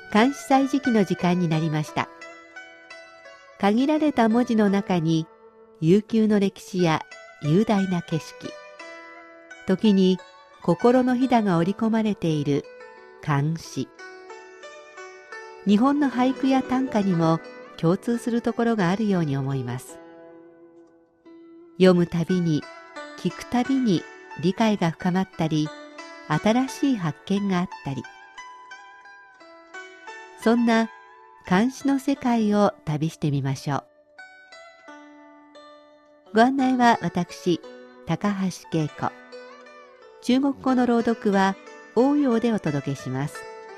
漢詩歳時記の時間になりました。限られた文字の中に悠久の歴史や雄大な景色、時に心のひだが織り込まれている漢詩。日本の俳句や短歌にも共通するところがあるように思います。読むたびに、聞くたびに理解が深まったり、新しい発見があったり、そんな漢詩の世界を旅してみましょう。ご案内は私、高橋恵子。中国語の朗読は応用でお届けします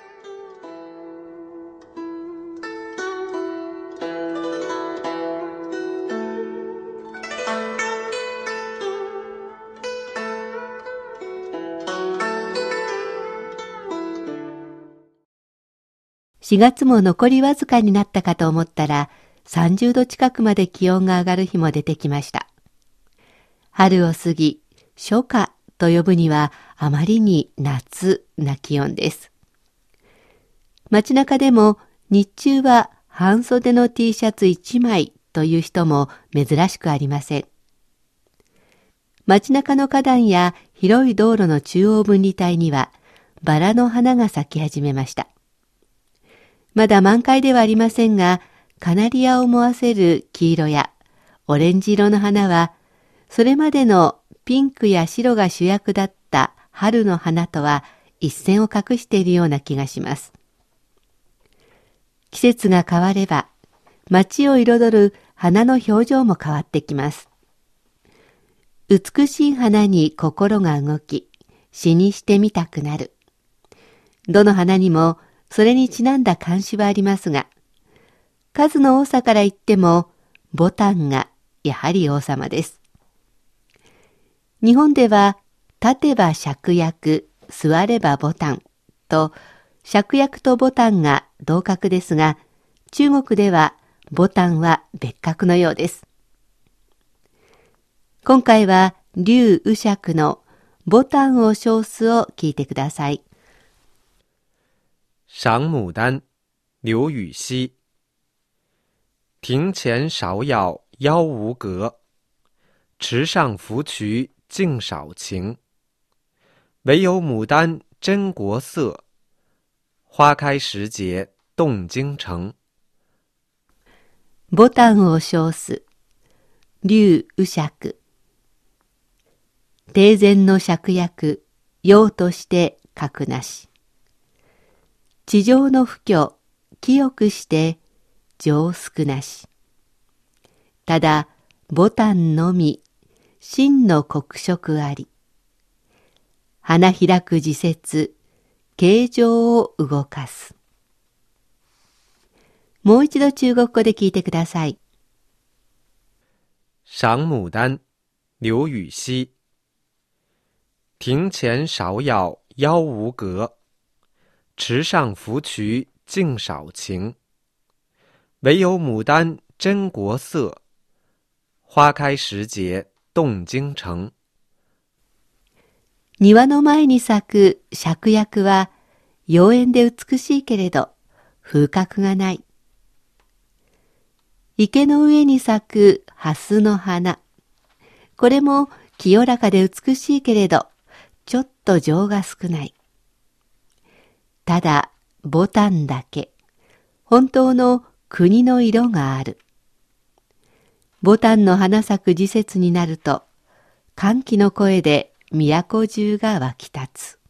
。4月も残りわずかになったかと思ったら、30度近くまで気温が上がる日も出てきました。春を過ぎ、初夏と呼ぶにはあまりに夏な気温です。街中でも日中は半袖の T シャツ1枚という人も珍しくありません。街中の花壇や広い道路の中央分離帯にはバラの花が咲き始めました。まだ満開ではありませんが、カナリアを思わせる黄色やオレンジ色の花は、それまでのピンクや白が主役だった春の花とは一線を画しているような気がします。季節が変われば、街を彩る花の表情も変わってきます。美しい花に心が動き、詩にしてみたくなる。どの花にもそれにちなんだ漢詩はありますが、数の多さから言っても、牡丹がやはり王様です。日本では、立てば芍薬、座れば牡丹と、芍薬と牡丹が同格ですが、中国では牡丹は別格のようです。今回は、劉禹錫の牡丹を称すを聞いてください。 赏牡丹，刘禹锡。庭前芍药妖无格，池上芙蕖净少情。唯有牡丹真国色，花开时节动京城。 牡丹を称す、劉禹錫。庭前の芍薬、用として格なし。地上の不居、清くして情少なし。ただ、牡丹のみ、真の黒色あり。花開く時節、形状を動かす。もう一度中国語で聞いてください。 賞牡丹，刘禹锡。庭前芍药妖无格，池上芙蕖净少情。唯有牡丹真国色，花開時節動京城。 庭の前に咲く芍薬は妖艶で美しいけれど風格がない。池の上に咲く蓮の花。これも清らかで美しいけれどちょっと情が少ない。ただ牡丹だけ本当の国の色がある。牡丹の花咲く時節になると歓喜の声で都中が沸き立つ。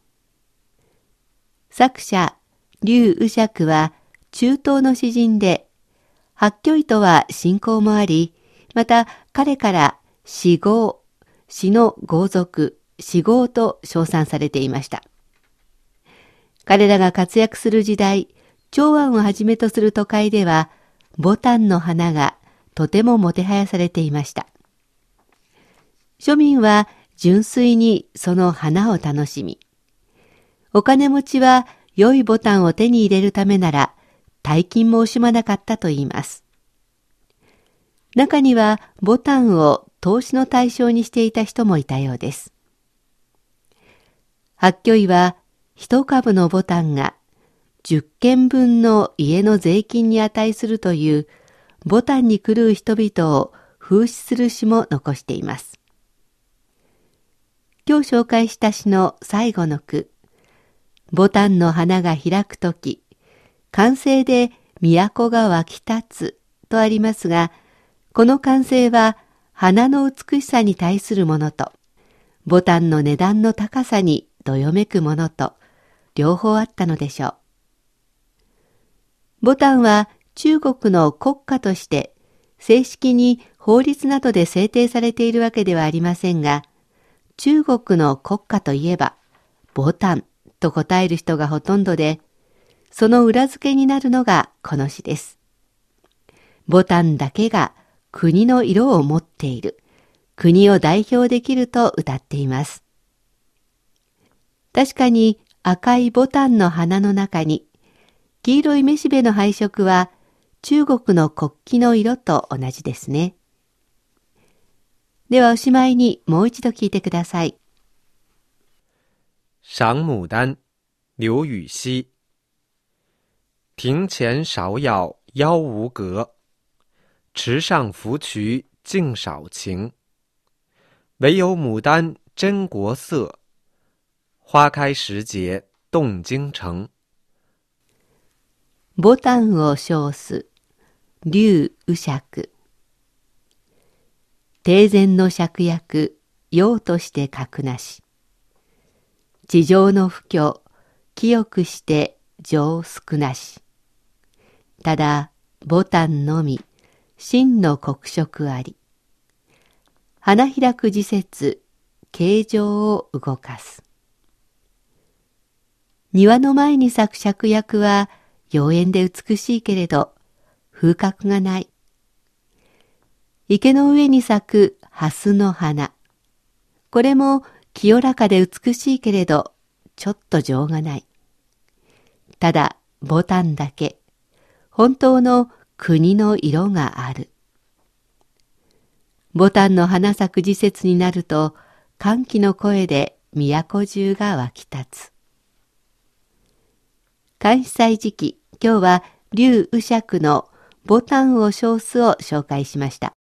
作者劉禹錫は中東の詩人で、発教医とは親交もあり、また彼から詩豪、詩の豪族、詩豪と称賛されていました。彼らが活躍する時代、長安をはじめとする都会では、牡丹の花がとてももてはやされていました。庶民は純粋にその花を楽しみ、お金持ちは良い牡丹を手に入れるためなら、大金も惜しまなかったと言います。中には牡丹を投資の対象にしていた人もいたようです。発教医は一株の牡丹が 10軒分の家の税金に値するというボタンに狂う人々を風刺する詩も残しています。今日紹介した詩の最後の句、ボタンの花が開くとき、歓声で都が湧き立つとありますが、この歓声は花の美しさに対するものと、ボタンの値段の高さにどよめくものと、両方あったのでしょう。ボタンは中国の国家として正式に法律などで制定されているわけではありませんが、中国の国家といえばボタンと答える人がほとんどで、その裏付けになるのがこの詩です。ボタンだけが国の色を持っている、国を代表できると歌っています。確かに赤いボタンの花の中に、黄色いめしべの配色は中国の国旗の色と同じですね。ではおしまいにもう一度聞いてください。 赏牡丹，刘禹锡。庭前芍药妖无格，池上芙蕖净少情。唯有牡丹真国色，花开时节动京城。 ボタンを称す、劉禹錫。帝前の芍薬、用として格なし。地上の不況、清くして情少なし。ただ、ボタンのみ、真の黒色あり。花開く時節、形状を動かす。庭の前に咲く芍薬は、妖艶で美しいけれど、風格がない。池の上に咲く蓮の花。これも清らかで美しいけれど、ちょっと情がない。ただ、ボタンだけ、本当の国の色がある。ボタンの花咲く時節になると、歓喜の声で都中が湧き立つ。漢詩祭時期、今日は劉禹錫のボタンを称すを紹介しました。